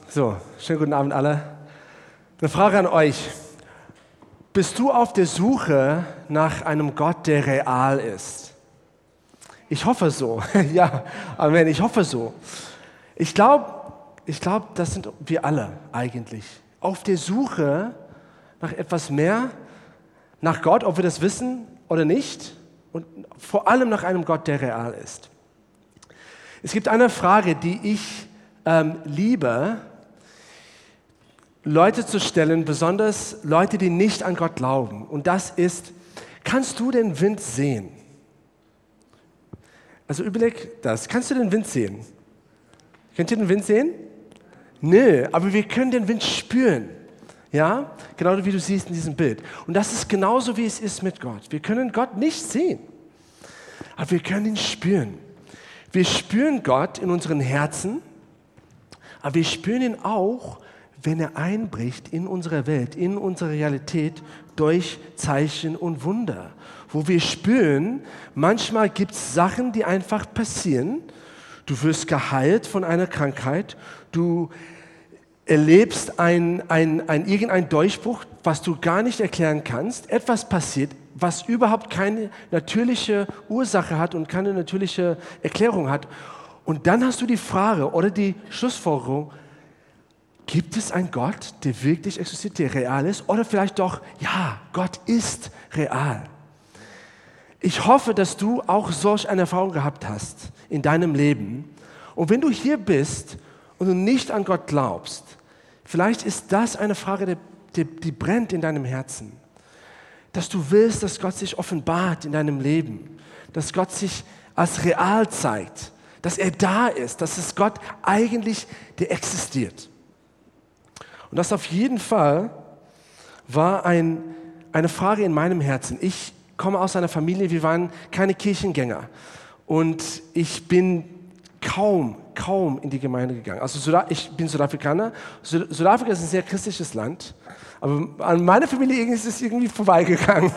So, schönen guten Abend alle. Eine Frage an euch. Bist du auf der Suche nach einem Gott, der real ist? Ich hoffe so. Ja, Amen, ich hoffe so. Ich glaube, das sind wir alle eigentlich. Auf der Suche nach etwas mehr, nach Gott, ob wir das wissen oder nicht. Und vor allem nach einem Gott, der real ist. Es gibt eine Frage, die ich liebe, Leute zu stellen, besonders Leute, die nicht an Gott glauben. Und das ist, kannst du den Wind sehen? Also überleg das. Kannst du den Wind sehen? Könnt ihr den Wind sehen? Nö, aber wir können den Wind spüren. Ja, genau wie du siehst in diesem Bild. Und das ist genauso, wie es ist mit Gott. Wir können Gott nicht sehen, aber wir können ihn spüren. Wir spüren Gott in unseren Herzen, aber wir spüren ihn auch, wenn er einbricht in unsere Welt, in unsere Realität durch Zeichen und Wunder. Wo wir spüren, manchmal gibt es Sachen, die einfach passieren. Du wirst geheilt von einer Krankheit, du erlebst irgendeinen Durchbruch, was du gar nicht erklären kannst. Etwas passiert, was überhaupt keine natürliche Ursache hat und keine natürliche Erklärung hat. Und dann hast du die Frage oder die Schlussfolgerung, gibt es einen Gott, der wirklich existiert, der real ist? Oder vielleicht doch, ja, Gott ist real. Ich hoffe, dass du auch solch eine Erfahrung gehabt hast in deinem Leben. Und wenn du hier bist und du nicht an Gott glaubst, vielleicht ist das eine Frage, die brennt in deinem Herzen. Dass du willst, dass Gott sich offenbart in deinem Leben. Dass Gott sich als real zeigt. Dass er da ist. Dass es Gott eigentlich, der existiert. Und das auf jeden Fall war eine Frage in meinem Herzen. Ich komme aus einer Familie, wir waren keine Kirchengänger. Und ich bin kaum in die Gemeinde gegangen. Also ich bin Südafrikaner. Südafrika ist ein sehr christliches Land. Aber an meiner Familie ist es irgendwie vorbeigegangen.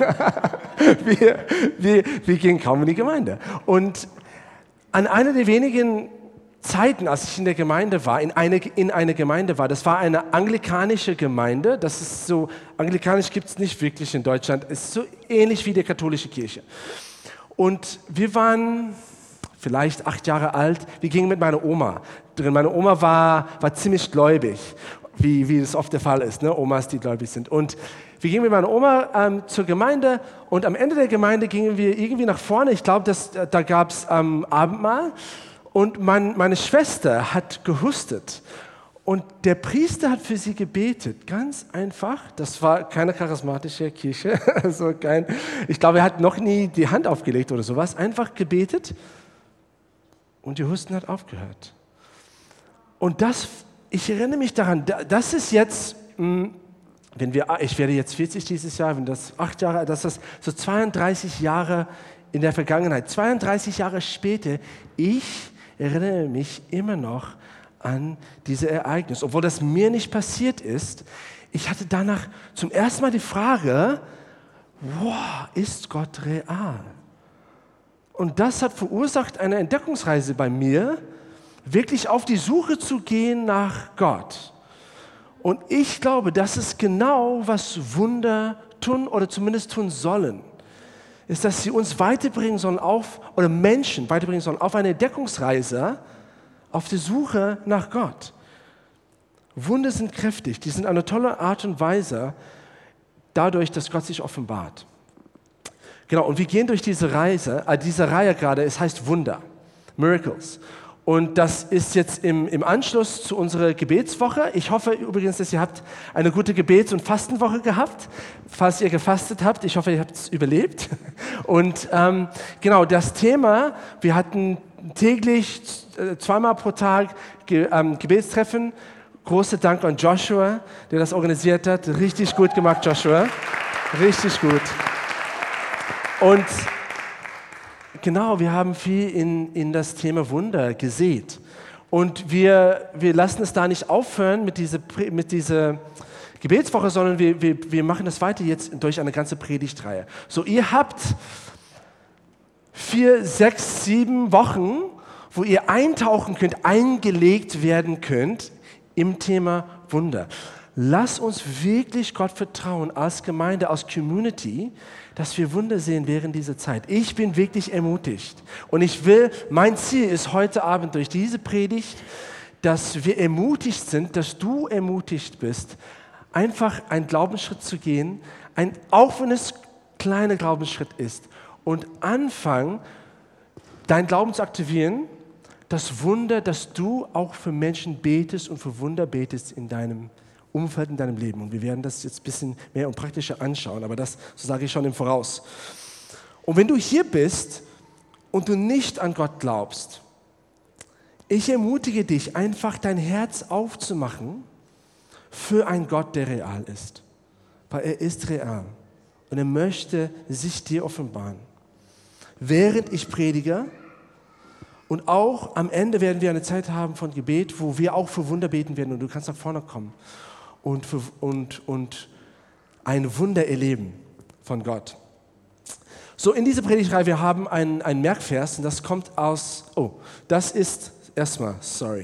wir gehen kaum in die Gemeinde. Und an einer der wenigen Zeiten, als ich in der Gemeinde war, in einer Gemeinde war, das war eine anglikanische Gemeinde. Das ist so, anglikanisch gibt es nicht wirklich in Deutschland. Es ist so ähnlich wie die katholische Kirche. Und wir waren vielleicht 8 Jahre alt. Wir gingen mit meiner Oma drin. Meine Oma war ziemlich gläubig, wie es oft der Fall ist, ne? Omas, die gläubig sind. Und wir gingen mit meiner Oma zur Gemeinde und am Ende der Gemeinde gingen wir irgendwie nach vorne. Ich glaube, da gab es Abendmahl und meine Schwester hat gehustet. Und der Priester hat für sie gebetet, ganz einfach. Das war keine charismatische Kirche. Also ich glaube, er hat noch nie die Hand aufgelegt oder sowas. Einfach gebetet. Und die Husten hat aufgehört. Und ich erinnere mich daran, das ist jetzt, ich werde jetzt 40 dieses Jahr, wenn das 8 Jahre, das ist so 32 Jahre in der Vergangenheit. 32 Jahre später, ich erinnere mich immer noch an diese Ereignis. Obwohl das mir nicht passiert ist, ich hatte danach zum ersten Mal die Frage, wow, ist Gott real? Und das hat verursacht eine Entdeckungsreise bei mir, wirklich auf die Suche zu gehen nach Gott. Und ich glaube, das ist genau, was Wunder tun oder zumindest tun sollen. Ist, dass sie uns weiterbringen sollen oder Menschen weiterbringen sollen auf eine Entdeckungsreise auf die Suche nach Gott. Wunder sind kräftig, die sind eine tolle Art und Weise, dadurch, dass Gott sich offenbart. Genau, und wir gehen durch diese Reihe gerade, es heißt Wunder, Miracles. Und das ist jetzt im Anschluss zu unserer Gebetswoche. Ich hoffe übrigens, dass ihr habt eine gute Gebets- und Fastenwoche gehabt. Falls ihr gefastet habt, ich hoffe, ihr habt es überlebt. Und genau, das Thema, wir hatten täglich, 2-mal pro Tag Gebetstreffen. Großer Dank an Joshua, der das organisiert hat. Richtig gut gemacht, Joshua. Richtig gut. Und genau, wir haben viel in das Thema Wunder gesät. Und wir lassen es da nicht aufhören mit dieser Gebetswoche, sondern wir machen das weiter jetzt durch eine ganze Predigtreihe. So, ihr habt 4, 6, 7 Wochen, wo ihr eintauchen könnt, eingelegt werden könnt im Thema Wunder. Lass uns wirklich Gott vertrauen als Gemeinde, als Community, dass wir Wunder sehen während dieser Zeit. Ich bin wirklich ermutigt und mein Ziel ist heute Abend durch diese Predigt, dass wir ermutigt sind, dass du ermutigt bist, einfach einen Glaubensschritt zu gehen, auch wenn es kleiner Glaubensschritt ist, und anfangen, deinen Glauben zu aktivieren, das Wunder, dass du auch für Menschen betest und für Wunder betest in deinem Umfeld, in deinem Leben. Und wir werden das jetzt ein bisschen mehr und praktischer anschauen, aber das, so sage ich schon im Voraus. Und wenn du hier bist und du nicht an Gott glaubst, ich ermutige dich, einfach dein Herz aufzumachen für einen Gott, der real ist. Weil er ist real und er möchte sich dir offenbaren. Während ich predige, und auch am Ende werden wir eine Zeit haben von Gebet, wo wir auch für Wunder beten werden und du kannst nach vorne kommen und ein Wunder erleben von Gott. So, in dieser Predigtreihe, wir haben einen Merkvers und das kommt aus, das ist erstmal,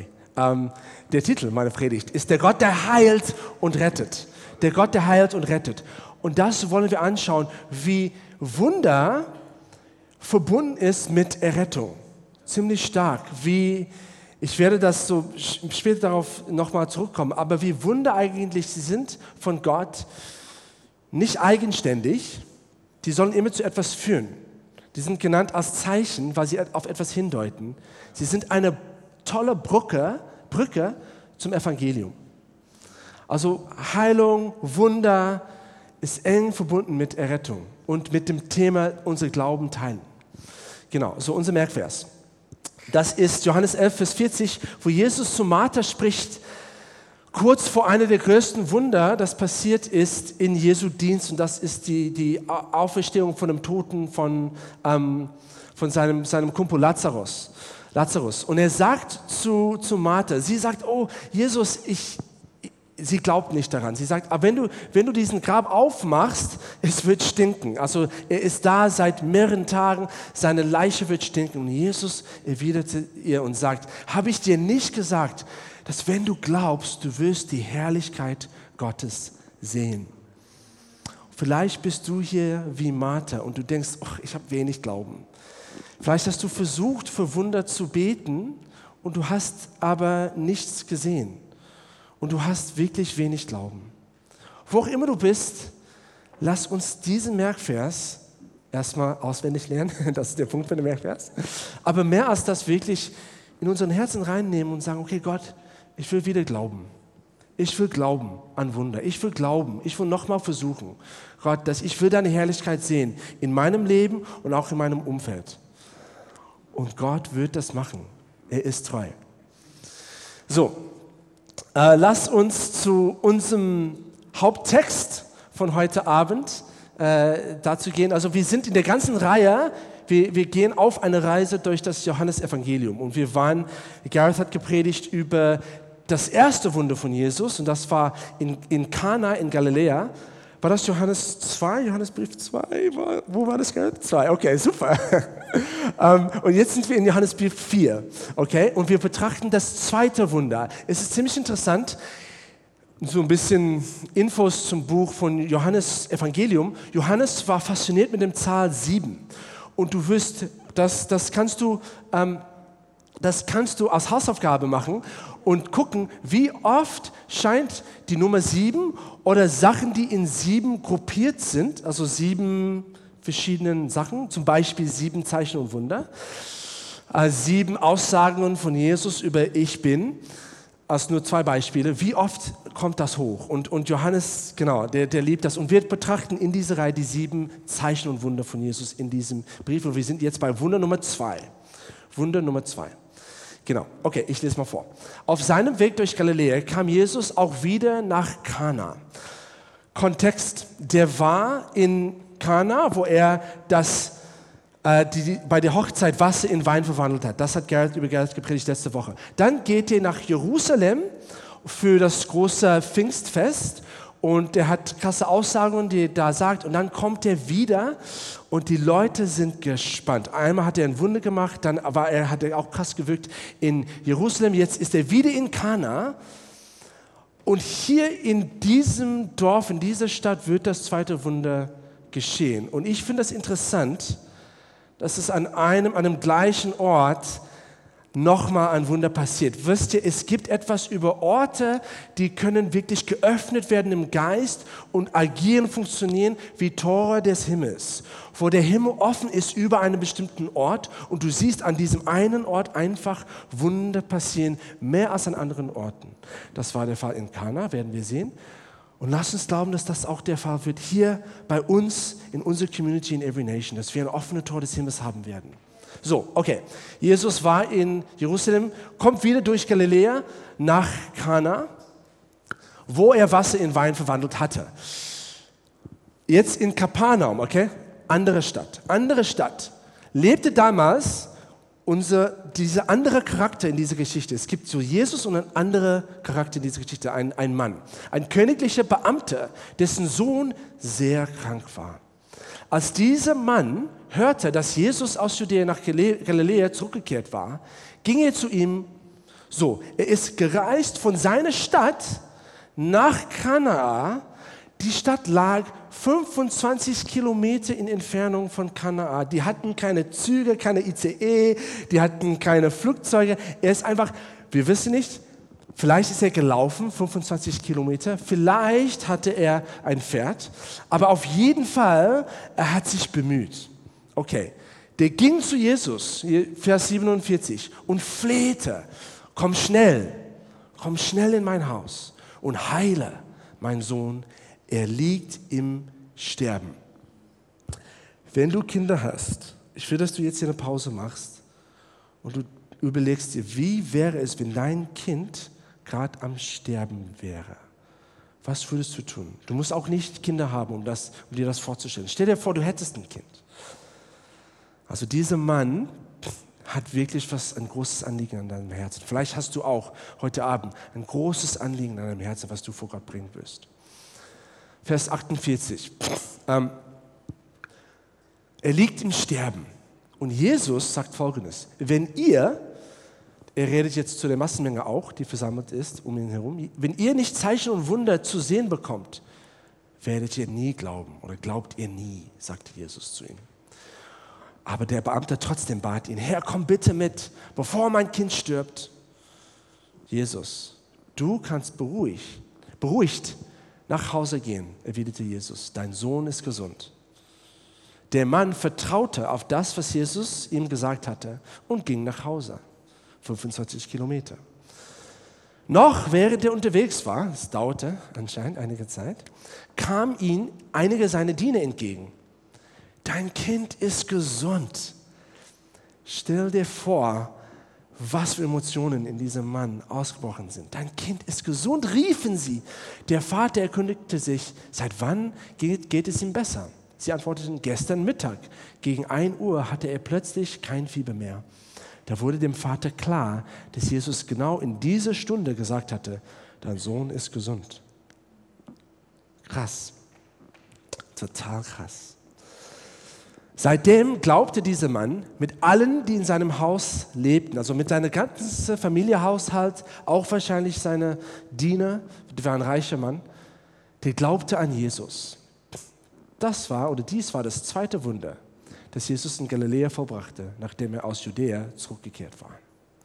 der Titel meiner Predigt ist der Gott, der heilt und rettet. Der Gott, der heilt und rettet. Und das wollen wir anschauen, wie Wunder verbunden ist mit Errettung. Ziemlich stark. Ich werde das so später darauf nochmal zurückkommen, aber wie Wunder eigentlich, sie sind von Gott nicht eigenständig, die sollen immer zu etwas führen. Die sind genannt als Zeichen, weil sie auf etwas hindeuten. Sie sind eine tolle Brücke zum Evangelium. Also Heilung, Wunder ist eng verbunden mit Errettung und mit dem Thema unser Glauben teilen. Genau, so unser Merkvers. Das ist Johannes 11, Vers 40, wo Jesus zu Martha spricht, kurz vor einer der größten Wunder, das passiert ist in Jesu Dienst. Und das ist die Auferstehung von dem Toten von seinem Kumpel Lazarus. Und er sagt zu Martha, sie sagt, oh Jesus, sie glaubt nicht daran. Sie sagt, aber wenn du diesen Grab aufmachst, es wird stinken. Also er ist da seit mehreren Tagen, seine Leiche wird stinken. Und Jesus erwiderte ihr und sagt, habe ich dir nicht gesagt, dass wenn du glaubst, du wirst die Herrlichkeit Gottes sehen. Vielleicht bist du hier wie Martha und du denkst, ich habe wenig Glauben. Vielleicht hast du versucht, für Wunder zu beten und du hast aber nichts gesehen. Und du hast wirklich wenig Glauben. Wo auch immer du bist, lass uns diesen Merkvers erstmal auswendig lernen. Das ist der Punkt für den Merkvers. Aber mehr als das wirklich in unseren Herzen reinnehmen und sagen, okay Gott, ich will wieder glauben. Ich will glauben an Wunder. Ich will glauben. Ich will nochmal versuchen, Gott, dass ich will deine Herrlichkeit sehen in meinem Leben und auch in meinem Umfeld. Und Gott wird das machen. Er ist treu. So. Lass uns zu unserem Haupttext von heute Abend dazu gehen. Also wir sind in der ganzen Reihe, wir gehen auf eine Reise durch das Johannesevangelium. Und Gareth hat gepredigt über das erste Wunder von Jesus und das war in Kana in Galiläa. War das Johannes 2, Johannesbrief 2? Wo war das gerade? 2, okay, super. Und jetzt sind wir in Johannesbrief 4, okay? Und wir betrachten das zweite Wunder. Es ist ziemlich interessant, so ein bisschen Infos zum Buch von Johannes Evangelium. Johannes war fasziniert mit dem Zahl 7. Und du wirst, das kannst du als Hausaufgabe machen und gucken, wie oft scheint die Nummer 7 oder Sachen, die in 7 gruppiert sind, also 7 verschiedenen Sachen, zum Beispiel 7 Zeichen und Wunder, 7 Aussagen von Jesus über Ich Bin, als nur 2 Beispiele. Wie oft kommt das hoch? Und Johannes, genau, der liebt das. Und wir betrachten in dieser Reihe die 7 Zeichen und Wunder von Jesus in diesem Brief. Und wir sind jetzt bei Wunder Nummer 2. Wunder Nummer 2. Genau, okay, ich lese mal vor. Auf seinem Weg durch Galiläa kam Jesus auch wieder nach Kana. Kontext, der war in Kana, wo er bei der Hochzeit Wasser in Wein verwandelt hat. Das hat über Gareth gepredigt letzte Woche. Dann geht er nach Jerusalem für das große Pfingstfest und er hat krasse Aussagen, die er da sagt, und dann kommt er wieder und die Leute sind gespannt. Einmal hat er ein Wunder gemacht, dann hat er auch krass gewirkt in Jerusalem, jetzt ist er wieder in Kana Und hier in diesem Dorf, in dieser Stadt wird das zweite Wunder geschehen. Und ich finde das interessant, dass es an einem gleichen Ort nochmal ein Wunder passiert. Wisst ihr, es gibt etwas über Orte, die können wirklich geöffnet werden im Geist und agieren, funktionieren wie Tore des Himmels, wo der Himmel offen ist über einen bestimmten Ort und du siehst an diesem einen Ort einfach Wunder passieren, mehr als an anderen Orten. Das war der Fall in Kana, werden wir sehen. Und lasst uns glauben, dass das auch der Fall wird hier bei uns, in unserer Community in Every Nation, dass wir ein offenes Tor des Himmels haben werden. So, okay. Jesus war in Jerusalem, kommt wieder durch Galiläa nach Kana, wo er Wasser in Wein verwandelt hatte. Jetzt in Kapernaum, okay? Andere Stadt. Lebte damals dieser andere Charakter in dieser Geschichte. Es gibt so Jesus und ein anderer Charakter in dieser Geschichte, ein Mann. Ein königlicher Beamter, dessen Sohn sehr krank war. Als dieser Mann hörte, dass Jesus aus Judäa nach Galiläa zurückgekehrt war, ging er zu ihm so. Er ist gereist von seiner Stadt nach Kanaa. Die Stadt lag 25 Kilometer in Entfernung von Kanaa. Die hatten keine Züge, keine ICE, die hatten keine Flugzeuge. Er ist einfach, wir wissen nicht, vielleicht ist er gelaufen, 25 Kilometer, vielleicht hatte er ein Pferd, aber auf jeden Fall, er hat sich bemüht. Okay, der ging zu Jesus, Vers 47, und flehte, komm schnell in mein Haus und heile meinen Sohn, er liegt im Sterben. Wenn du Kinder hast, ich will, dass du jetzt hier eine Pause machst und du überlegst dir, wie wäre es, wenn dein Kind gerade am Sterben wäre. Was würdest du tun? Du musst auch nicht Kinder haben, um dir das vorzustellen. Stell dir vor, du hättest ein Kind. Also dieser Mann hat wirklich ein großes Anliegen an deinem Herzen. Vielleicht hast du auch heute Abend ein großes Anliegen an deinem Herzen, was du vor Gott bringen wirst. Vers 48. Er liegt im Sterben. Und Jesus sagt Folgendes. Wenn ihr, er redet jetzt zu der Massenmenge auch, die versammelt ist um ihn herum, wenn ihr nicht Zeichen und Wunder zu sehen bekommt, werdet ihr nie glauben oder glaubt ihr nie, sagte Jesus zu ihm. Aber der Beamte trotzdem bat ihn, Herr, komm bitte mit, bevor mein Kind stirbt. Jesus, du kannst beruhigt nach Hause gehen, erwiderte Jesus, dein Sohn ist gesund. Der Mann vertraute auf das, was Jesus ihm gesagt hatte und ging nach Hause. 25 Kilometer. Noch während er unterwegs war, es dauerte anscheinend einige Zeit, kamen ihm einige seiner Diener entgegen. Dein Kind ist gesund. Stell dir vor, was für Emotionen in diesem Mann ausgebrochen sind. Dein Kind ist gesund, riefen sie. Der Vater erkundigte sich, seit wann geht es ihm besser? Sie antworteten, gestern Mittag. Gegen 1 Uhr hatte er plötzlich kein Fieber mehr. Da wurde dem Vater klar, dass Jesus genau in dieser Stunde gesagt hatte, dein Sohn ist gesund. Krass. Total krass. Seitdem glaubte dieser Mann mit allen, die in seinem Haus lebten, also mit seiner ganzen Familie, Haushalt, auch wahrscheinlich seine Diener, der war ein reicher Mann, der glaubte an Jesus. Dies war das zweite Wunder, das Jesus in Galiläa vollbrachte, nachdem er aus Judäa zurückgekehrt war.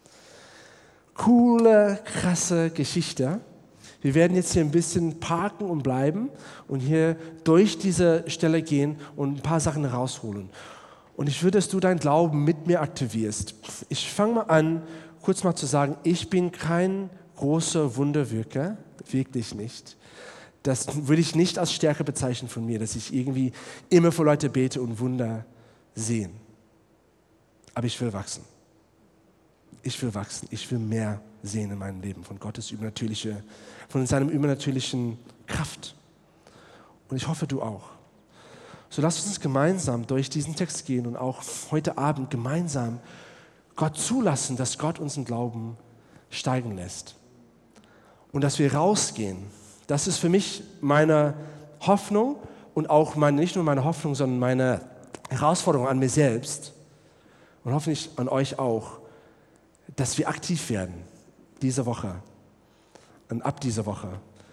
Coole, krasse Geschichte. Wir werden jetzt hier ein bisschen parken und bleiben und hier durch diese Stelle gehen und ein paar Sachen rausholen. Und ich will, dass du deinen Glauben mit mir aktivierst. Ich fange mal an, kurz mal zu sagen, ich bin kein großer Wunderwirker, wirklich nicht. Das würde ich nicht als Stärke bezeichnen von mir, dass ich irgendwie immer für Leute bete und Wunder sehen. Aber ich will wachsen. Ich will mehr sehen in meinem Leben von von seinem übernatürlichen Kraft. Und ich hoffe, du auch. So lasst uns gemeinsam durch diesen Text gehen und auch heute Abend gemeinsam Gott zulassen, dass Gott unseren Glauben steigen lässt. Und dass wir rausgehen. Das ist für mich meine Hoffnung und auch nicht nur meine Hoffnung, sondern meine Herausforderung an mir selbst und hoffentlich an euch auch, dass wir aktiv werden diese Woche und ab dieser Woche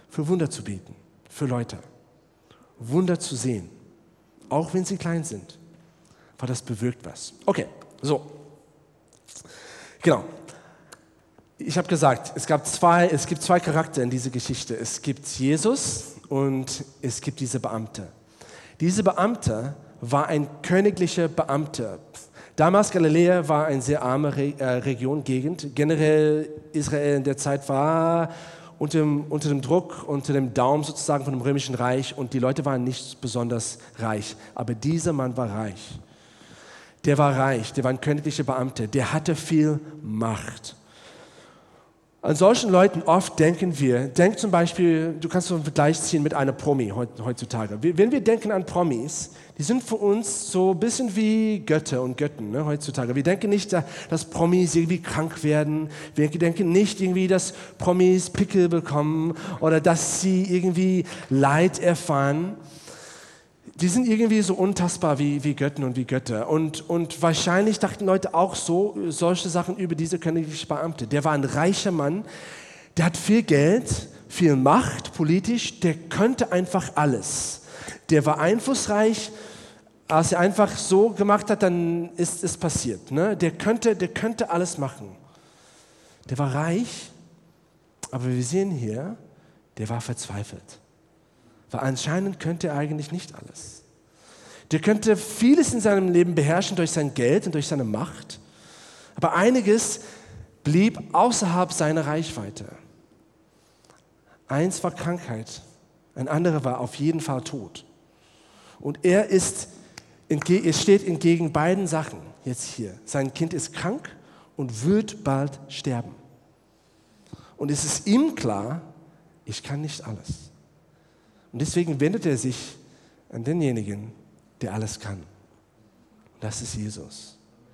für Wunder zu beten, für Leute. Wunder zu sehen, auch wenn sie klein sind, weil das bewirkt was. Okay, so. Genau. Ich habe gesagt, es gibt zwei Charaktere in dieser Geschichte. Es gibt Jesus und es gibt diese Beamte. Dieser Beamte war ein königlicher Beamter. Damals Galiläa war eine sehr arme Region, Gegend. Generell Israel in der Zeit war unter dem Druck, unter dem Daumen sozusagen von dem Römischen Reich und die Leute waren nicht besonders reich. Aber dieser Mann war reich. Der war reich, der war ein königlicher Beamter, der hatte viel Macht. An solchen Leuten oft denk zum Beispiel, du kannst so einen Vergleich ziehen mit einer Promi heutzutage. Wenn wir denken an Promis, die sind für uns so ein bisschen wie Götter und Götten heutzutage. Wir denken nicht, dass Promis irgendwie krank werden. Wir denken nicht irgendwie, dass Promis Pickel bekommen oder dass sie irgendwie Leid erfahren. Die sind irgendwie so untastbar wie Götten und wie Götter. Und wahrscheinlich dachten Leute auch solche Sachen über diese königliche Beamte. Der war ein reicher Mann, der hat viel Geld, viel Macht politisch, der könnte einfach alles. Der war einflussreich, als er einfach so gemacht hat, dann ist es passiert. Ne? Der könnte alles machen. Der war reich, aber wir sehen hier, der war verzweifelt. Weil anscheinend könnte er eigentlich nicht alles. Der könnte vieles in seinem Leben beherrschen durch sein Geld und durch seine Macht, aber einiges blieb außerhalb seiner Reichweite. Eins war Krankheit, ein anderer war auf jeden Fall Tod. Und er steht entgegen beiden Sachen jetzt hier. Sein Kind ist krank und wird bald sterben. Und es ist ihm klar, ich kann nicht alles. Und deswegen wendet er sich an denjenigen, der alles kann. Und das ist Jesus.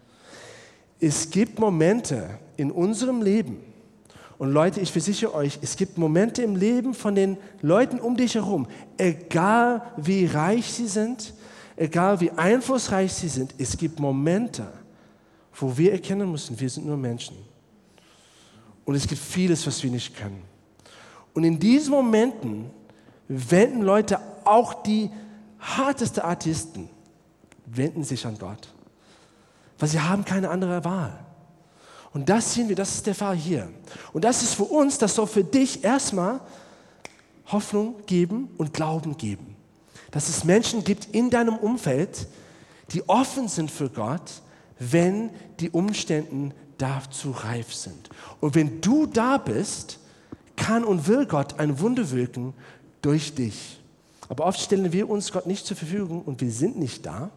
Es gibt Momente in unserem Leben, und Leute, ich versichere euch, es gibt Momente im Leben von den Leuten um dich herum, egal wie reich sie sind, egal wie einflussreich sie sind, es gibt Momente, wo wir erkennen müssen, wir sind nur Menschen. Und es gibt vieles, was wir nicht können. Und in diesen Momenten wenden Leute, auch die hartesten Atheisten, wenden sich an Gott. Weil sie haben keine andere Wahl. Und das sehen wir, das ist der Fall hier. Und das ist für uns, das soll für dich erstmal Hoffnung geben und Glauben geben. Dass es Menschen gibt in deinem Umfeld, die offen sind für Gott, wenn die Umstände dazu reif sind. Und wenn du da bist, kann und will Gott ein Wunder wirken durch dich. Aber oft stellen wir uns Gott nicht zur Verfügung und wir sind nicht da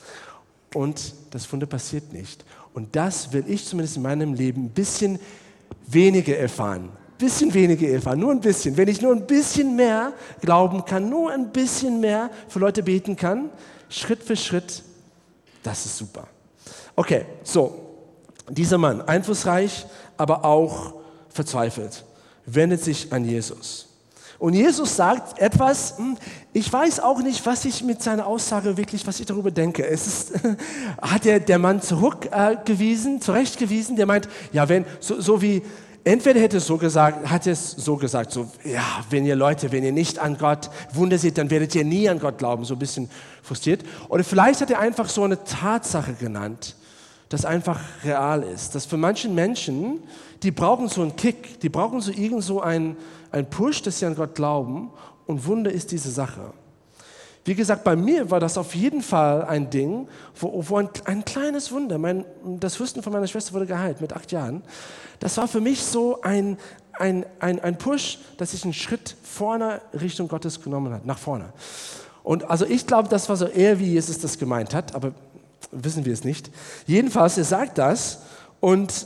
und das Wunder passiert nicht. Und das will ich zumindest in meinem Leben ein bisschen weniger erfahren. Nur ein bisschen. Wenn ich nur ein bisschen mehr glauben kann, nur ein bisschen mehr für Leute beten kann, Schritt für Schritt, das ist super. Okay, so, dieser Mann, einflussreich, aber auch verzweifelt, wendet sich an Jesus. Und Jesus sagt etwas, ich weiß auch nicht, was ich mit seiner Aussage wirklich, was ich darüber denke. Hat der Mann zurechtgewiesen, der meint, ja, entweder hat er es so gesagt, ja, wenn ihr nicht an Gott Wunder seht, dann werdet ihr nie an Gott glauben, so ein bisschen frustriert. Oder vielleicht hat er einfach so eine Tatsache genannt, das einfach real ist. Dass für manche Menschen, die brauchen so einen Kick, die brauchen so ein Push, dass sie an Gott glauben und Wunder ist diese Sache. Wie gesagt, bei mir war das auf jeden Fall ein Ding, wo ein kleines Wunder, das Husten von meiner Schwester wurde geheilt mit 8 Jahren, das war für mich so ein Push, dass ich einen Schritt vorne Richtung Gottes genommen habe, nach vorne. Und also ich glaube, das war so eher, wie Jesus das gemeint hat, aber wissen wir es nicht. Jedenfalls, er sagt das und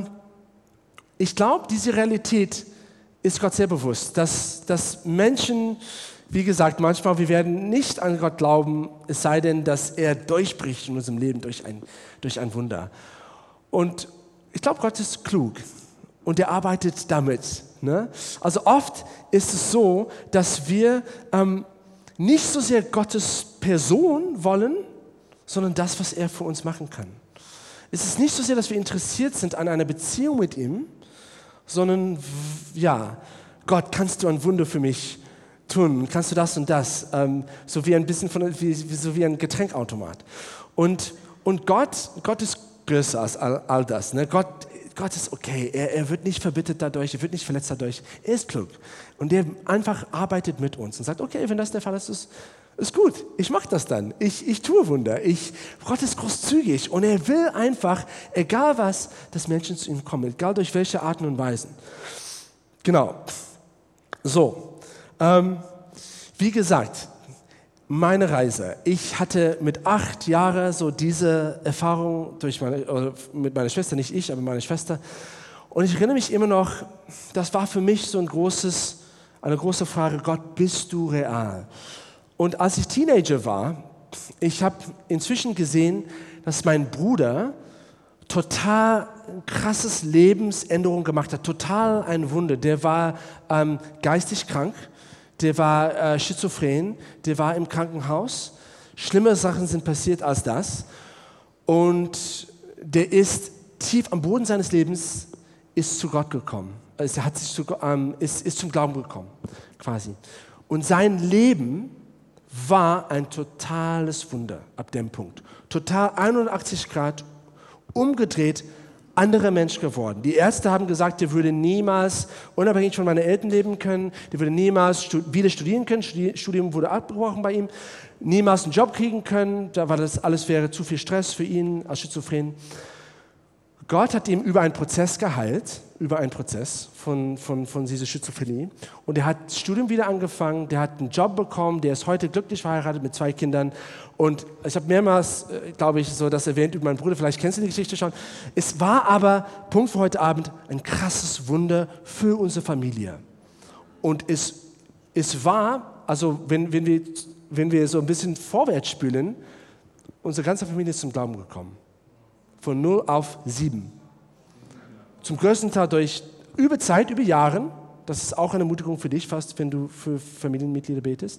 ich glaube, diese Realität ist Gott sehr bewusst, dass Menschen, wie gesagt, manchmal, wir werden nicht an Gott glauben, es sei denn, dass er durchbricht in unserem Leben durch ein Wunder. Und ich glaube, Gott ist klug und er arbeitet damit. Ne? Also oft ist es so, dass wir nicht so sehr Gottes Person wollen, sondern das, was er für uns machen kann. Es ist nicht so sehr, dass wir interessiert sind an einer Beziehung mit ihm, sondern ja, Gott, kannst du ein Wunder für mich tun? Kannst du das und das? So wie ein bisschen so wie ein Getränkautomat. Und Gott ist größer als all das. Ne? Gott ist okay. Er wird nicht verbittert dadurch, er wird nicht verletzt dadurch. Er ist klug. Und er einfach arbeitet mit uns und sagt, okay, wenn das der Fall ist, ist gut. Ich mache das dann. Ich tue Wunder. Gott ist großzügig und er will einfach, egal was, dass Menschen zu ihm kommen, egal durch welche Arten und Weisen. Genau. So. Wie gesagt, meine Reise. Ich hatte mit 8 Jahren so diese Erfahrung mit meiner Schwester, nicht ich, aber meine Schwester. Und ich erinnere mich immer noch, das war für mich so eine große Frage, Gott, bist du real? Und als ich Teenager war, ich habe inzwischen gesehen, dass mein Bruder total krasses Lebensänderung gemacht hat, total ein Wunder. Der war geistig krank. Der war schizophren, der war im Krankenhaus. Schlimme Sachen sind passiert als das. Und der ist tief am Boden seines Lebens, ist zu Gott gekommen. Also er hat ist zum Glauben gekommen, quasi. Und sein Leben war ein totales Wunder ab dem Punkt. Total 180 Grad umgedreht, anderer Mensch geworden. Die Ärzte haben gesagt, der würde niemals unabhängig von meinen Eltern leben können, der würde niemals wieder studieren können, Studium wurde abgebrochen bei ihm, niemals einen Job kriegen können, alles wäre zu viel Stress für ihn als Schizophren. Gott hat ihm über einen Prozess geheilt, von dieser Schizophrenie. Und er hat das Studium wieder angefangen, der hat einen Job bekommen, der ist heute glücklich verheiratet mit 2 Kindern. Und ich habe mehrmals, glaube ich, so das erwähnt über meinen Bruder, vielleicht kennst du die Geschichte schon. Es war aber, Punkt für heute Abend, ein krasses Wunder für unsere Familie. Und es war, also wenn wir so ein bisschen vorwärts spülen, unsere ganze Familie ist zum Glauben gekommen. Von 0 auf 7. Zum größten Teil über Zeit, über Jahre. Das ist auch eine Ermutigung für dich, fast, wenn du für Familienmitglieder betest.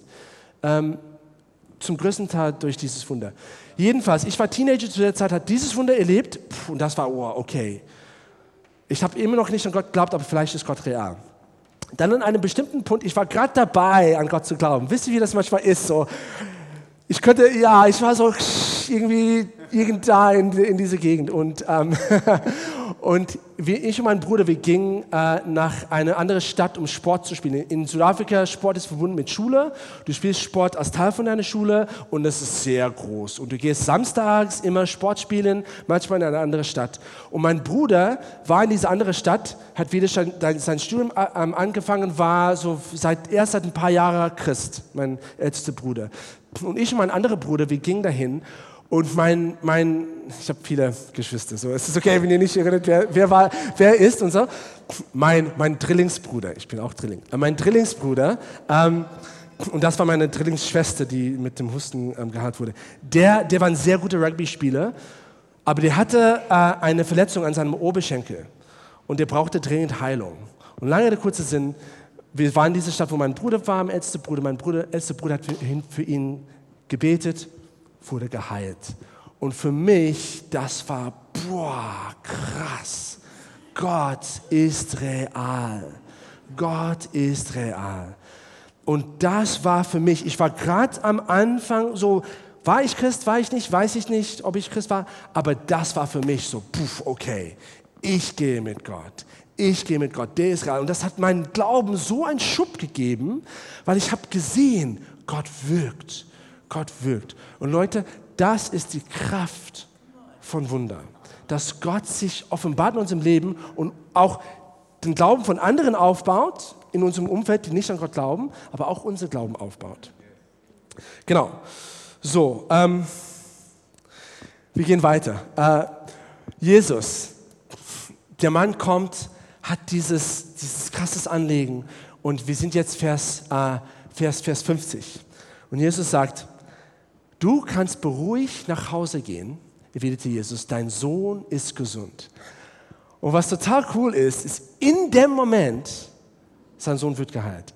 Zum größten Teil durch dieses Wunder. Jedenfalls, ich war Teenager zu der Zeit, habe dieses Wunder erlebt und das war, okay. Ich habe immer noch nicht an Gott geglaubt, aber vielleicht ist Gott real. Dann an einem bestimmten Punkt, ich war gerade dabei, an Gott zu glauben. Wisst ihr, wie das manchmal ist? So, ich war so irgendwie da in diese Gegend. Und ich und mein Bruder, wir gingen nach einer anderen Stadt, um Sport zu spielen. In Südafrika, Sport ist verbunden mit Schule. Du spielst Sport als Teil von deiner Schule und das ist sehr groß. Und du gehst samstags immer Sport spielen, manchmal in eine andere Stadt. Und mein Bruder war in dieser anderen Stadt, hat wieder sein Studium angefangen, war so seit ein paar Jahren Christ, mein ältester Bruder. Und ich und mein anderer Bruder, wir gingen dahin. Und ich habe viele Geschwister, so, es ist okay, wenn ihr nicht erinnert, wer ist und so. Mein Drillingsbruder, ich bin auch Drilling, mein Drillingsbruder, und das war meine Drillingsschwester, die mit dem Husten geheilt wurde, der war ein sehr guter Rugby-Spieler, aber der hatte eine Verletzung an seinem Oberschenkel und der brauchte dringend Heilung. Und lange Rede, kurzer Sinn, wir waren in dieser Stadt, wo mein Bruder war, mein ältester Bruder hat für ihn gebetet, wurde geheilt. Und für mich, das war, krass. Gott ist real. Gott ist real. Und das war für mich, ich war gerade am Anfang so, war ich Christ, war ich nicht, weiß ich nicht, ob ich Christ war, aber das war für mich so, okay, ich gehe mit Gott. Der ist real. Und das hat meinen Glauben so einen Schub gegeben, weil ich habe gesehen, Gott wirkt. Und Leute, das ist die Kraft von Wunder. Dass Gott sich offenbart in unserem Leben und auch den Glauben von anderen aufbaut, in unserem Umfeld, die nicht an Gott glauben, aber auch unser Glauben aufbaut. Genau. So, wir gehen weiter. Jesus, der Mann kommt, hat dieses krasses Anliegen und wir sind jetzt Vers 50. Und Jesus sagt, du kannst beruhigt nach Hause gehen, erwiderte Jesus, dein Sohn ist gesund. Und was total cool ist in dem Moment, sein Sohn wird geheilt.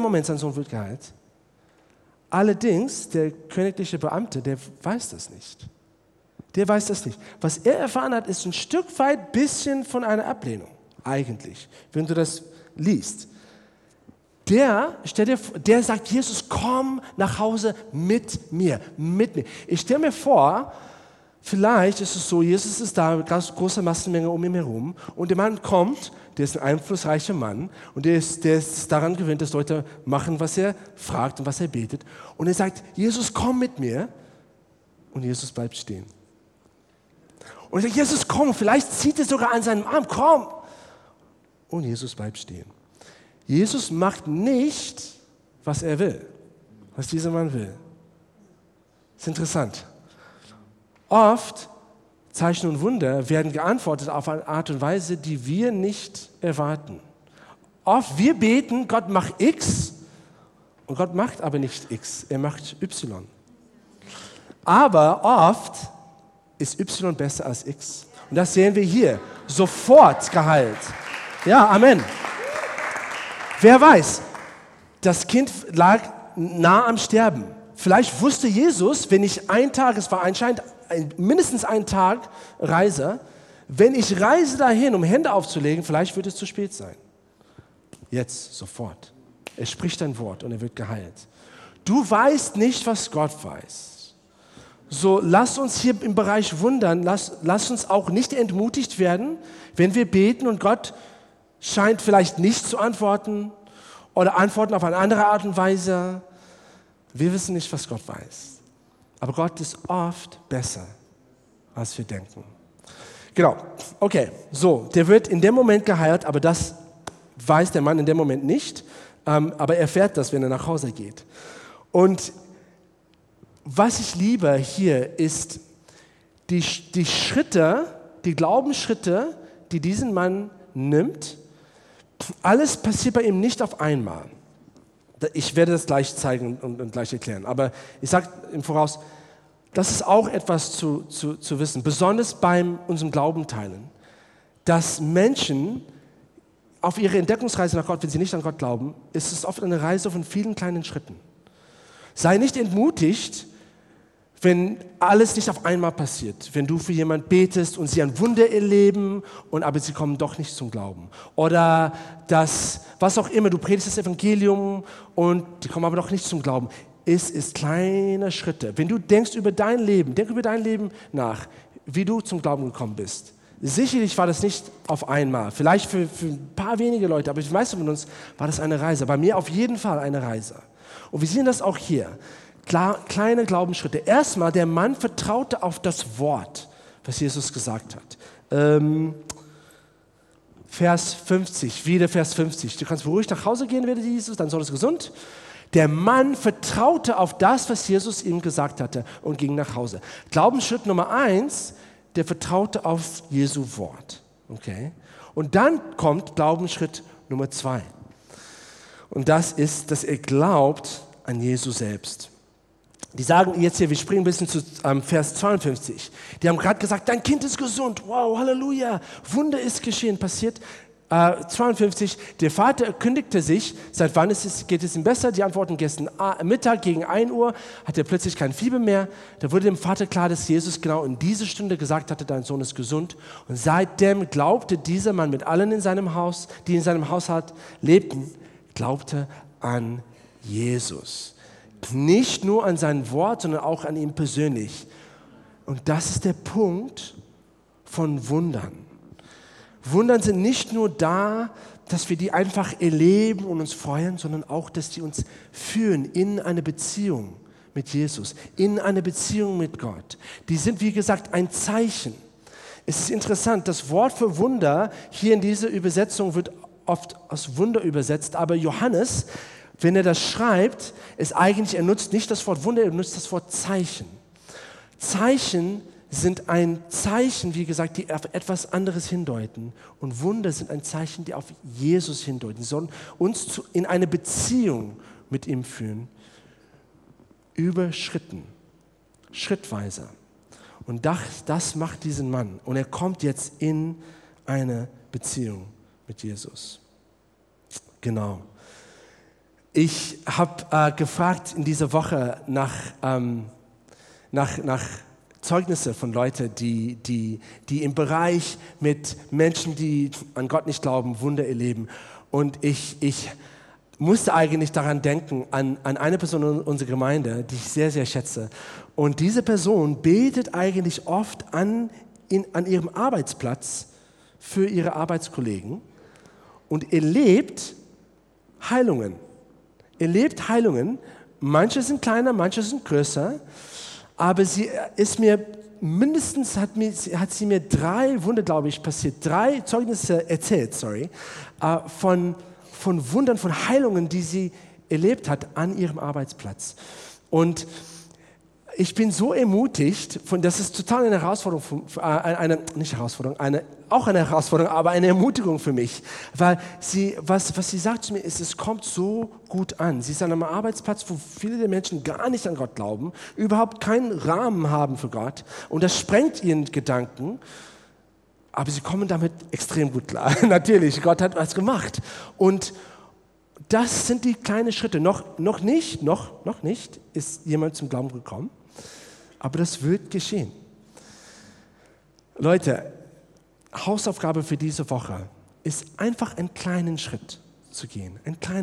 Allerdings, der königliche Beamte, der weiß das nicht. Was er erfahren hat, ist ein Stück weit bisschen von einer Ablehnung, eigentlich, wenn du das liest. der sagt, Jesus, komm nach Hause mit mir. Ich stelle mir vor, vielleicht ist es so, Jesus ist da, ganz große Massenmenge um ihn herum und der Mann kommt, der ist ein einflussreicher Mann und der ist daran gewöhnt, dass Leute machen, was er fragt und was er betet. Und er sagt, Jesus, komm mit mir. Und Jesus bleibt stehen. Und er sagt, Jesus, komm. Vielleicht zieht er sogar an seinem Arm, komm. Und Jesus bleibt stehen. Jesus macht nicht, was er will, was dieser Mann will. Das ist interessant. Oft Zeichen und Wunder werden geantwortet auf eine Art und Weise, die wir nicht erwarten. Oft wir beten, Gott macht X und Gott macht aber nicht X, er macht Y. Aber oft ist Y besser als X. Und das sehen wir hier. Sofort geheilt. Ja, Amen. Wer weiß, das Kind lag nah am Sterben. Vielleicht wusste Jesus, wenn ich es war anscheinend mindestens ein Tag Reise, wenn ich reise dahin, um Hände aufzulegen, vielleicht wird es zu spät sein. Jetzt, sofort. Er spricht ein Wort und er wird geheilt. Du weißt nicht, was Gott weiß. So, lass uns hier im Bereich wundern, lass uns auch nicht entmutigt werden, wenn wir beten und Gott scheint vielleicht nicht zu antworten oder antworten auf eine andere Art und Weise. Wir wissen nicht, was Gott weiß. Aber Gott ist oft besser, als wir denken. Genau, okay, so, der wird in dem Moment geheilt, aber das weiß der Mann in dem Moment nicht, aber er erfährt das, wenn er nach Hause geht. Und was ich liebe hier ist die Schritte, die Glaubensschritte, die diesen Mann nimmt. Alles passiert bei ihm nicht auf einmal. Ich werde das gleich zeigen und gleich erklären. Aber ich sage im Voraus, das ist auch etwas zu wissen, besonders beim unserem Glauben teilen, dass Menschen auf ihrer Entdeckungsreise nach Gott, wenn sie nicht an Gott glauben, ist es oft eine Reise von vielen kleinen Schritten. Sei nicht entmutigt, wenn alles nicht auf einmal passiert. Wenn du für jemanden betest und sie ein Wunder erleben, aber sie kommen doch nicht zum Glauben. Oder was auch immer, du predigst das Evangelium und die kommen aber doch nicht zum Glauben. Es ist kleine Schritte. Wenn du denkst über dein Leben, denk über dein Leben nach, wie du zum Glauben gekommen bist. Sicherlich war das nicht auf einmal. Vielleicht für ein paar wenige Leute, aber für die meisten von uns war das eine Reise. Bei mir auf jeden Fall eine Reise. Und wir sehen das auch hier. Kleine Glaubensschritte. Erstmal, der Mann vertraute auf das Wort, was Jesus gesagt hat. Vers 50, wieder Vers 50. Du kannst beruhigt nach Hause gehen, werde Jesus, dann soll es gesund. Der Mann vertraute auf das, was Jesus ihm gesagt hatte und ging nach Hause. Glaubensschritt Nummer 1, der vertraute auf Jesu Wort. Okay? Und dann kommt Glaubensschritt Nummer 2. Und das ist, dass er glaubt an Jesus selbst. Die sagen jetzt hier, wir springen ein bisschen zu Vers 52. Die haben gerade gesagt, dein Kind ist gesund. Wow, Halleluja. Wunder ist geschehen, passiert. 52, der Vater erkündigte sich, seit wann geht es ihm besser? Die antworten gestern Mittag gegen 1 Uhr, hat er plötzlich kein Fieber mehr. Da wurde dem Vater klar, dass Jesus genau in diese Stunde gesagt hatte, dein Sohn ist gesund. Und seitdem glaubte dieser Mann mit allen in seinem Haus, die in seinem Haushalt lebten, glaubte an Jesus. Nicht nur an sein Wort, sondern auch an ihn persönlich. Und das ist der Punkt von Wundern. Wundern sind nicht nur da, dass wir die einfach erleben und uns freuen, sondern auch, dass die uns führen in eine Beziehung mit Jesus, in eine Beziehung mit Gott. Die sind, wie gesagt, ein Zeichen. Es ist interessant, das Wort für Wunder hier in dieser Übersetzung wird oft als Wunder übersetzt, aber Johannes, wenn er das schreibt, er nutzt nicht das Wort Wunder, er nutzt das Wort Zeichen. Zeichen sind ein Zeichen, wie gesagt, die auf etwas anderes hindeuten. Und Wunder sind ein Zeichen, die auf Jesus hindeuten, sollen uns in eine Beziehung mit ihm führen, über Schritten, schrittweise. Und das macht diesen Mann. Und er kommt jetzt in eine Beziehung mit Jesus. Genau. Ich habe gefragt in dieser Woche nach Zeugnisse von Leuten, die im Bereich mit Menschen, die an Gott nicht glauben, Wunder erleben. Und ich musste eigentlich daran denken, an eine Person in unserer Gemeinde, die ich sehr, sehr schätze. Und diese Person betet eigentlich oft an ihrem Arbeitsplatz für ihre Arbeitskollegen und erlebt Heilungen. Erlebt Heilungen. Manche sind kleiner, manche sind größer, aber sie ist mir mindestens hat sie mir 3 Wunder, glaube ich, passiert, 3 Zeugnisse erzählt, von Wundern, von Heilungen, die sie erlebt hat an ihrem Arbeitsplatz. Und ich bin so ermutigt, das ist total eine Herausforderung, auch eine Herausforderung, aber eine Ermutigung für mich, weil was sie sagt zu mir ist, es kommt so gut an. Sie ist an einem Arbeitsplatz, wo viele der Menschen gar nicht an Gott glauben, überhaupt keinen Rahmen haben für Gott und das sprengt ihren Gedanken, aber sie kommen damit extrem gut klar. Natürlich, Gott hat was gemacht und das sind die kleinen Schritte. Noch nicht ist jemand zum Glauben gekommen, aber das wird geschehen. Leute, Hausaufgabe für diese Woche ist einfach einen kleinen Schritt zu gehen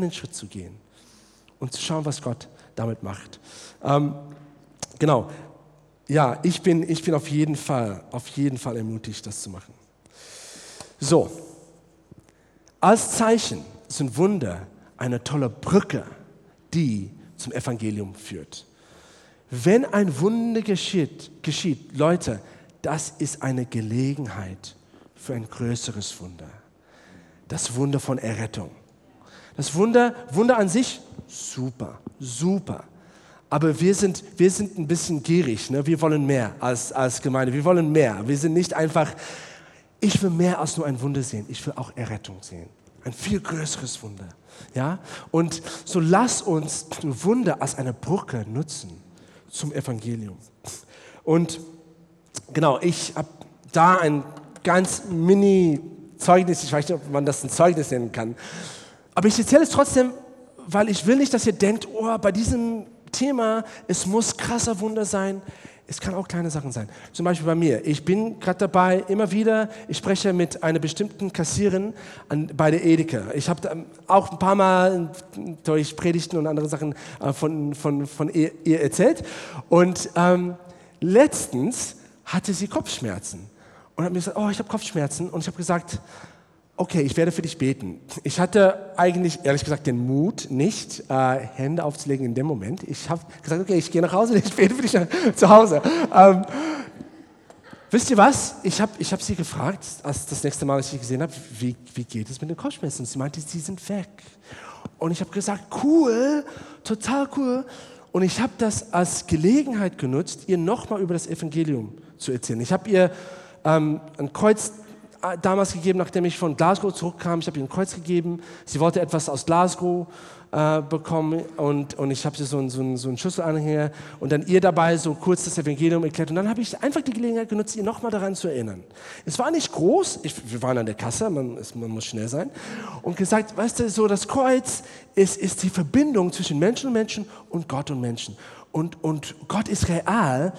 und zu schauen, was Gott damit macht. Genau, ja, ich bin auf jeden Fall ermutigt, das zu machen. So, als Zeichen sind Wunder eine tolle Brücke, die zum Evangelium führt. Wenn ein Wunder geschieht, Leute, das ist eine Gelegenheit für ein größeres Wunder. Das Wunder von Errettung. Das Wunder an sich, super. Aber wir sind ein bisschen gierig. Ne? Wir wollen mehr als Gemeinde. Wir wollen mehr. Wir sind nicht einfach, ich will mehr als nur ein Wunder sehen. Ich will auch Errettung sehen. Ein viel größeres Wunder. Ja? Und so lass uns Wunder als eine Brücke nutzen zum Evangelium. Und genau, ich habe da ein ganz Mini-Zeugnis, ich weiß nicht, ob man das ein Zeugnis nennen kann, aber ich erzähle es trotzdem, weil ich will nicht, dass ihr denkt, oh, bei diesem Thema, es muss krasser Wunder sein. Es kann auch kleine Sachen sein. Zum Beispiel bei mir. Ich bin gerade dabei, immer wieder, ich spreche mit einer bestimmten Kassiererin bei der Edeka. Ich habe auch ein paar Mal durch Predigten und andere Sachen von ihr erzählt. Und letztens hatte sie Kopfschmerzen. Und hat mir gesagt, oh, ich habe Kopfschmerzen. Und ich habe gesagt, okay, ich werde für dich beten. Ich hatte eigentlich, ehrlich gesagt, den Mut, nicht Hände aufzulegen in dem Moment. Ich habe gesagt, okay, ich gehe nach Hause, ich bete für dich zu Hause. Wisst ihr was? Ich hab sie gefragt, als das nächste Mal, als ich sie gesehen habe, wie geht es mit den Kopfschmerzen? Und sie meinte, sie sind weg. Und ich habe gesagt, cool, total cool. Und ich habe das als Gelegenheit genutzt, ihr nochmal über das Evangelium zu erzählen. Ich habe ihr ein Kreuz damals gegeben, nachdem ich von Glasgow zurückkam. Ich habe ihr ein Kreuz gegeben. Sie wollte etwas aus Glasgow bekommen und ich habe sie so einen Schlüsselanhänger und dann ihr dabei so kurz das Evangelium erklärt. Und dann habe ich einfach die Gelegenheit genutzt, ihr nochmal daran zu erinnern. Es war nicht groß, wir waren an der Kasse, man muss schnell sein, und gesagt, weißt du, so das Kreuz ist die Verbindung zwischen Menschen und Menschen und Gott und Menschen. Und Gott ist real.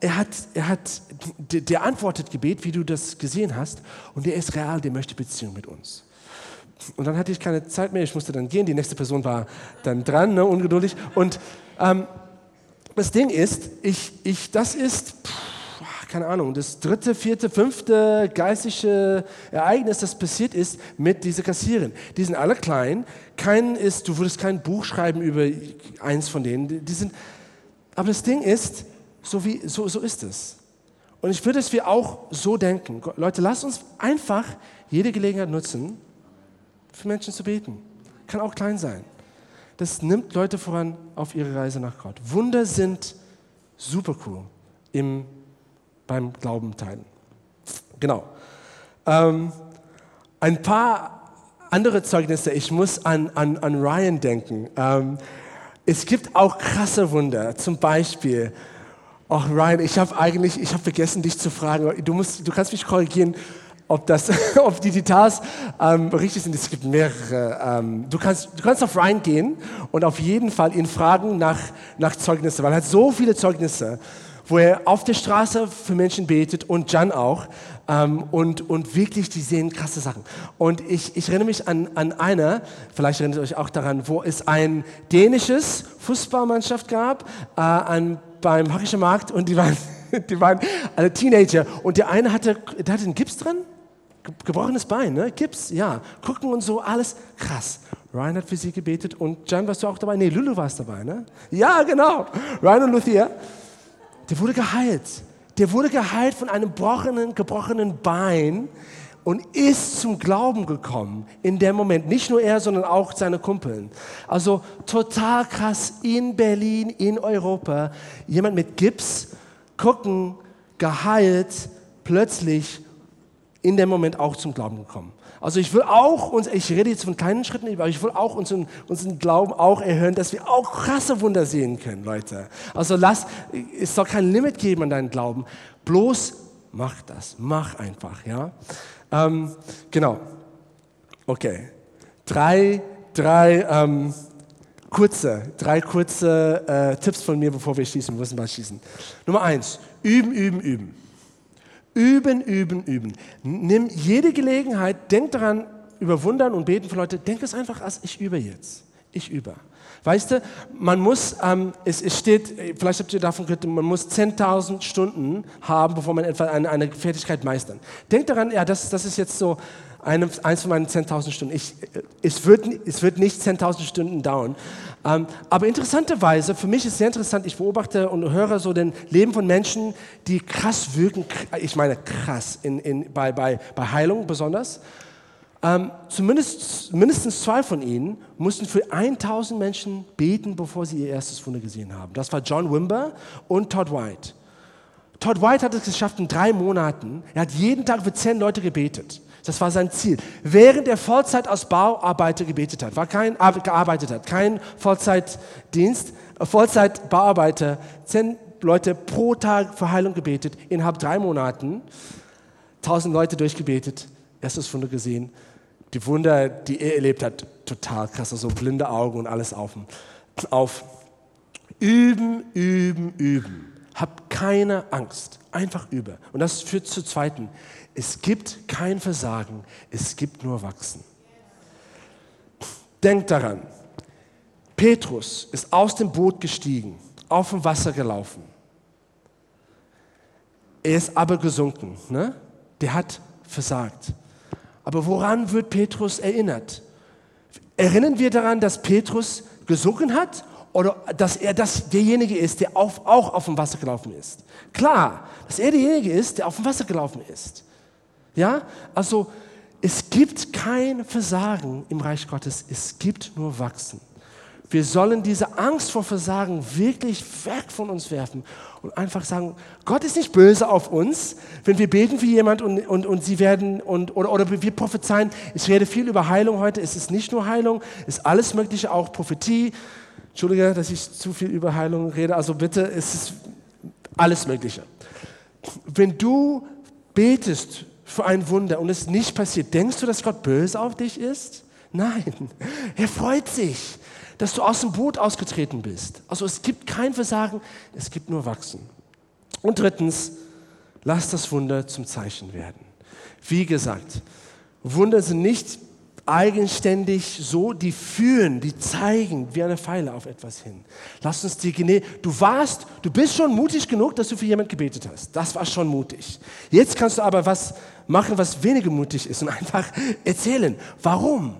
Der antwortet Gebet, wie du das gesehen hast, und der ist real, der möchte Beziehung mit uns. Und dann hatte ich keine Zeit mehr, ich musste dann gehen, die nächste Person war dann dran, ne, ungeduldig. Und das Ding ist, das ist, keine Ahnung, das 3., 4., 5. geistliche Ereignis, das passiert ist mit dieser Kassiererin. Die sind alle klein, du würdest kein Buch schreiben über eins von denen, aber das Ding ist, so ist es. Und ich würde, dass wir auch so denken. Leute, lasst uns einfach jede Gelegenheit nutzen, für Menschen zu beten. Kann auch klein sein. Das nimmt Leute voran auf ihre Reise nach Gott. Wunder sind super cool beim Glauben teilen. Genau. Ein paar andere Zeugnisse. Ich muss an Ryan denken. Es gibt auch krasse Wunder. Zum Beispiel, oh Ryan, ich habe vergessen, dich zu fragen. Du kannst mich korrigieren, ob die Details richtig sind. Es gibt mehrere. Du kannst auf Ryan gehen und auf jeden Fall ihn fragen nach Zeugnisse, weil er hat so viele Zeugnisse, wo er auf der Straße für Menschen betet und Jan auch. Und wirklich, die sehen krasse Sachen. Und ich erinnere mich an einer, vielleicht erinnert ihr euch auch daran, wo es ein dänisches Fußballmannschaft gab beim Hackischen Markt und die waren alle Teenager. Und der eine hatte einen Gips dran, gebrochenes Bein, ne? Gips, ja. Gucken und so, alles krass. Ryan hat für sie gebetet und Jan, warst du auch dabei? Nee, Lulu warst dabei, ne? Ja, genau. Ryan und Lucia. Der wurde geheilt. Der wurde geheilt von einem gebrochenen Bein und ist zum Glauben gekommen in dem Moment. Nicht nur er, sondern auch seine Kumpeln. Also total krass in Berlin, in Europa. Jemand mit Gips, gucken, geheilt, plötzlich in dem Moment auch zum Glauben gekommen. Also ich will auch, ich rede jetzt von kleinen Schritten, aber ich will auch unseren Glauben auch erhöhen, dass wir auch krasse Wunder sehen können, Leute. Also es soll kein Limit geben an deinen Glauben. Bloß mach das, mach einfach, ja. Genau. Okay. Drei kurze Tipps von mir, bevor wir schließen. Wir müssen mal schließen. Nummer 1, üben. Üben. Nimm jede Gelegenheit, denk daran, über Wundern und Beten für Leute, denk es einfach als, ich übe jetzt. Ich übe. Weißt du, man muss, es steht, vielleicht habt ihr davon gehört, man muss 10.000 Stunden haben, bevor man etwa eine Fertigkeit meistern. Denk daran, ja, das ist jetzt so eins von meinen 10.000 Stunden. Es wird nicht 10.000 Stunden dauern. Aber interessanterweise, für mich ist sehr interessant, ich beobachte und höre so den Leben von Menschen, die krass wirken, ich meine krass, bei Heilung besonders. Mindestens 2 von ihnen mussten für 1.000 Menschen beten, bevor sie ihr erstes Wunder gesehen haben. Das war John Wimber und Todd White. Todd White hat es geschafft in 3 Monaten. Er hat jeden Tag für 10 Leute gebetet. Das war sein Ziel. Während er Vollzeit als Bauarbeiter gearbeitet hat, kein Vollzeitdienst, Vollzeitbauarbeiter, 10 Leute pro Tag für Heilung gebetet, innerhalb 3 Monaten, 1.000 Leute durchgebetet, erstes Wunder gesehen. Die Wunder, die er erlebt hat, total krass, also blinde Augen und alles auf. Üben. Hab keine Angst, einfach übe. Und das führt zu zweiten. Es gibt kein Versagen, es gibt nur Wachsen. Denkt daran, Petrus ist aus dem Boot gestiegen, auf dem Wasser gelaufen. Er ist aber gesunken, ne? Der hat versagt. Aber woran wird Petrus erinnert? Erinnern wir daran, dass Petrus gesunken hat oder dass er derjenige ist, der auch auf dem Wasser gelaufen ist? Klar, dass er derjenige ist, der auf dem Wasser gelaufen ist. Ja, also es gibt kein Versagen im Reich Gottes, es gibt nur Wachsen. Wir sollen diese Angst vor Versagen wirklich weg von uns werfen und einfach sagen, Gott ist nicht böse auf uns, wenn wir beten für jemanden und sie werden, oder wir prophezeien. Ich rede viel über Heilung heute, es ist nicht nur Heilung, es ist alles Mögliche, auch Prophetie. Entschuldige, dass ich zu viel über Heilung rede, also bitte, es ist alles Mögliche. Wenn du betest für ein Wunder und es nicht passiert, denkst du, dass Gott böse auf dich ist? Nein, er freut sich, dass du aus dem Boot ausgetreten bist. Also es gibt kein Versagen, es gibt nur Wachsen. Und drittens, lass das Wunder zum Zeichen werden. Wie gesagt, Wunder sind nicht eigenständig so, die führen, die zeigen wie eine Pfeile auf etwas hin. Lass uns du bist schon mutig genug, dass du für jemanden gebetet hast. Das war schon mutig. Jetzt kannst du aber was machen, was weniger mutig ist und einfach erzählen. Warum?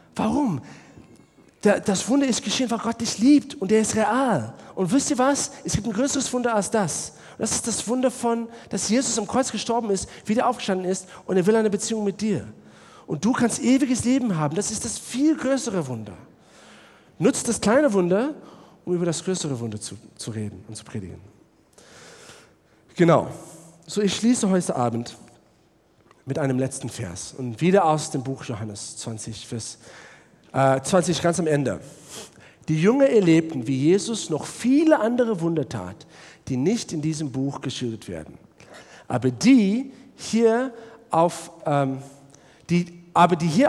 Das Wunder ist geschehen, weil Gott dich liebt und er ist real. Und wisst ihr was? Es gibt ein größeres Wunder als das. Das ist das Wunder dass Jesus am Kreuz gestorben ist, wieder aufgestanden ist und er will eine Beziehung mit dir. Und du kannst ewiges Leben haben. Das ist das viel größere Wunder. Nutzt das kleine Wunder, um über das größere Wunder zu reden und zu predigen. Genau. So, ich schließe heute Abend mit einem letzten Vers. Und wieder aus dem Buch Johannes 20, Vers 20, ganz am Ende. Die Jünger erlebten, wie Jesus noch viele andere Wunder tat, die nicht in diesem Buch geschildert werden. Aber die hier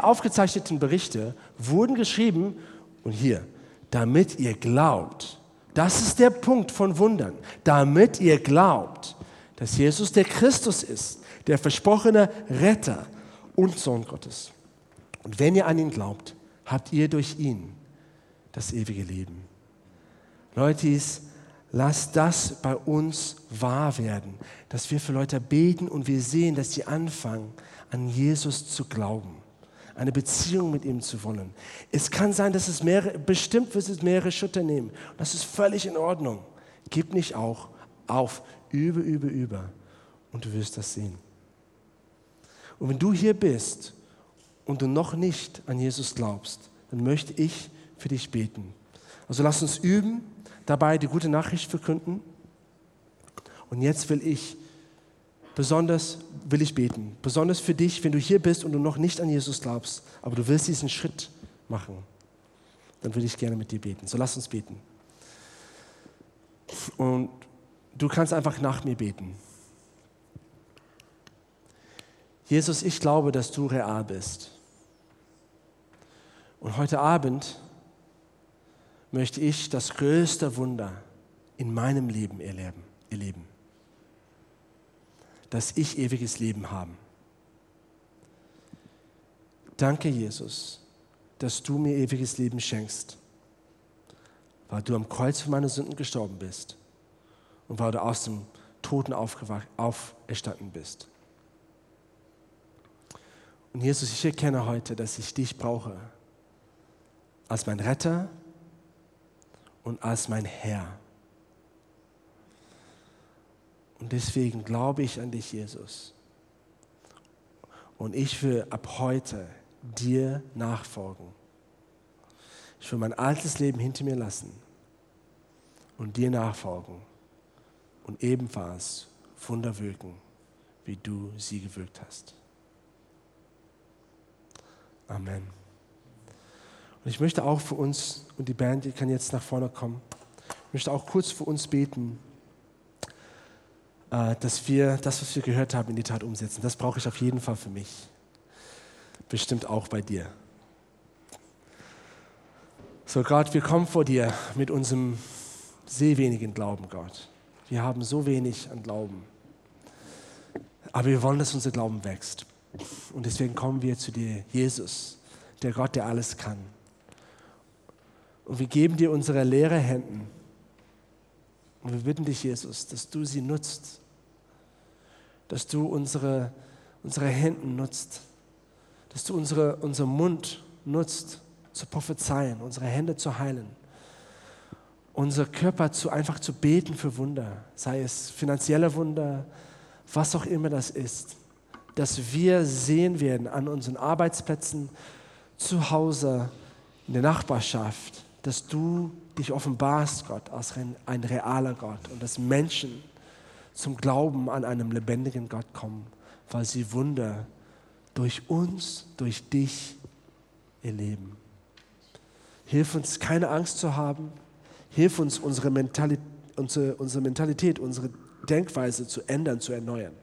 aufgezeichneten Berichte wurden geschrieben, und hier, damit ihr glaubt Das ist der Punkt von Wundern, damit ihr glaubt, dass Jesus der Christus ist, der versprochene Retter und Sohn Gottes. Und wenn ihr an ihn glaubt, habt ihr durch ihn das ewige Leben. Leute, lasst das bei uns wahr werden, dass wir für Leute beten und wir sehen, dass sie anfangen, an Jesus zu glauben, eine Beziehung mit ihm zu wollen. Es kann sein, dass bestimmt wird es mehrere Schritte nehmen. Das ist völlig in Ordnung. Gib nicht auch auf. Übe. Und du wirst das sehen. Und wenn du hier bist und du noch nicht an Jesus glaubst, dann möchte ich für dich beten. Also lass uns üben, dabei die gute Nachricht verkünden. Und jetzt will ich beten. Besonders für dich, wenn du hier bist und du noch nicht an Jesus glaubst, aber du willst diesen Schritt machen, dann will ich gerne mit dir beten. So lass uns beten. Und du kannst einfach nach mir beten. Jesus, ich glaube, dass du real bist. Und heute Abend möchte ich das größte Wunder in meinem Leben erleben. Dass ich ewiges Leben habe. Danke, Jesus, dass du mir ewiges Leben schenkst, weil du am Kreuz für meine Sünden gestorben bist und weil du aus dem Toten auferstanden bist. Und Jesus, ich erkenne heute, dass ich dich brauche als mein Retter und als mein Herr. Und deswegen glaube ich an dich, Jesus. Und ich will ab heute dir nachfolgen. Ich will mein altes Leben hinter mir lassen und dir nachfolgen und ebenfalls Wunder wirken, wie du sie gewirkt hast. Amen. Und ich möchte auch für uns, und die Band, die kann jetzt nach vorne kommen, ich möchte auch kurz für uns beten, dass wir das, was wir gehört haben, in die Tat umsetzen. Das brauche ich auf jeden Fall für mich. Bestimmt auch bei dir. So Gott, wir kommen vor dir mit unserem sehr wenigen Glauben, Gott. Wir haben so wenig an Glauben. Aber wir wollen, dass unser Glauben wächst. Und deswegen kommen wir zu dir, Jesus, der Gott, der alles kann. Und wir geben dir unsere leeren Hände. Und wir bitten dich, Jesus, dass du sie nutzt. Dass du unsere Hände nutzt. Dass du unseren Mund nutzt, zu prophezeien, unsere Hände zu heilen. Unser Körper einfach zu beten für Wunder. Sei es finanzielle Wunder, was auch immer das ist. Dass wir sehen werden an unseren Arbeitsplätzen, zu Hause, in der Nachbarschaft, dass du dich offenbarst, Gott, als ein realer Gott und dass Menschen zum Glauben an einen lebendigen Gott kommen, weil sie Wunder durch uns, durch dich erleben. Hilf uns, keine Angst zu haben. Hilf uns, unsere Mentalität, unsere Denkweise zu ändern, zu erneuern.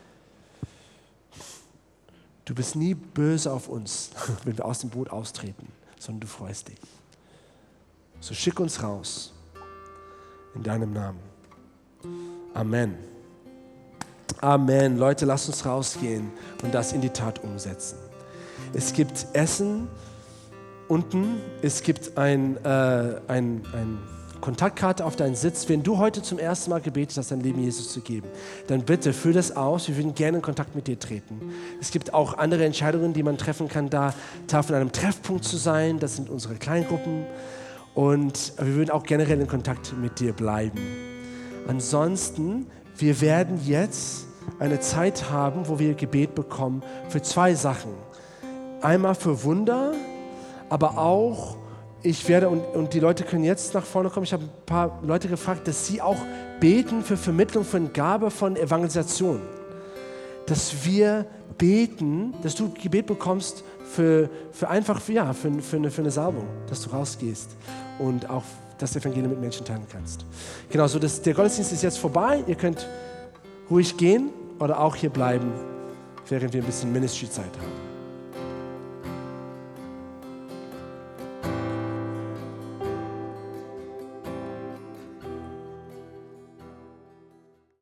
Du bist nie böse auf uns, wenn wir aus dem Boot austreten, sondern du freust dich. So schick uns raus. In deinem Namen. Amen. Amen. Leute, lasst uns rausgehen und das in die Tat umsetzen. Es gibt Essen unten. Es gibt eine Kontaktkarte auf deinen Sitz. Wenn du heute zum ersten Mal gebetet hast, dein Leben Jesus zu geben, dann bitte füll das aus. Wir würden gerne in Kontakt mit dir treten. Es gibt auch andere Entscheidungen, die man treffen kann, da von einem Treffpunkt zu sein. Das sind unsere Kleingruppen. Und wir würden auch generell in Kontakt mit dir bleiben. Ansonsten, wir werden jetzt eine Zeit haben, wo wir Gebet bekommen für zwei Sachen. Einmal für Wunder, aber auch, und die Leute können jetzt nach vorne kommen, ich habe ein paar Leute gefragt, dass sie auch beten für Vermittlung von Gabe von Evangelisation. Dass wir beten, dass du Gebet bekommst für eine Salbung, dass du rausgehst und auch das Evangelium mit Menschen teilen kannst. Genau, so der Gottesdienst ist jetzt vorbei. Ihr könnt ruhig gehen oder auch hier bleiben, während wir ein bisschen Ministry-Zeit haben.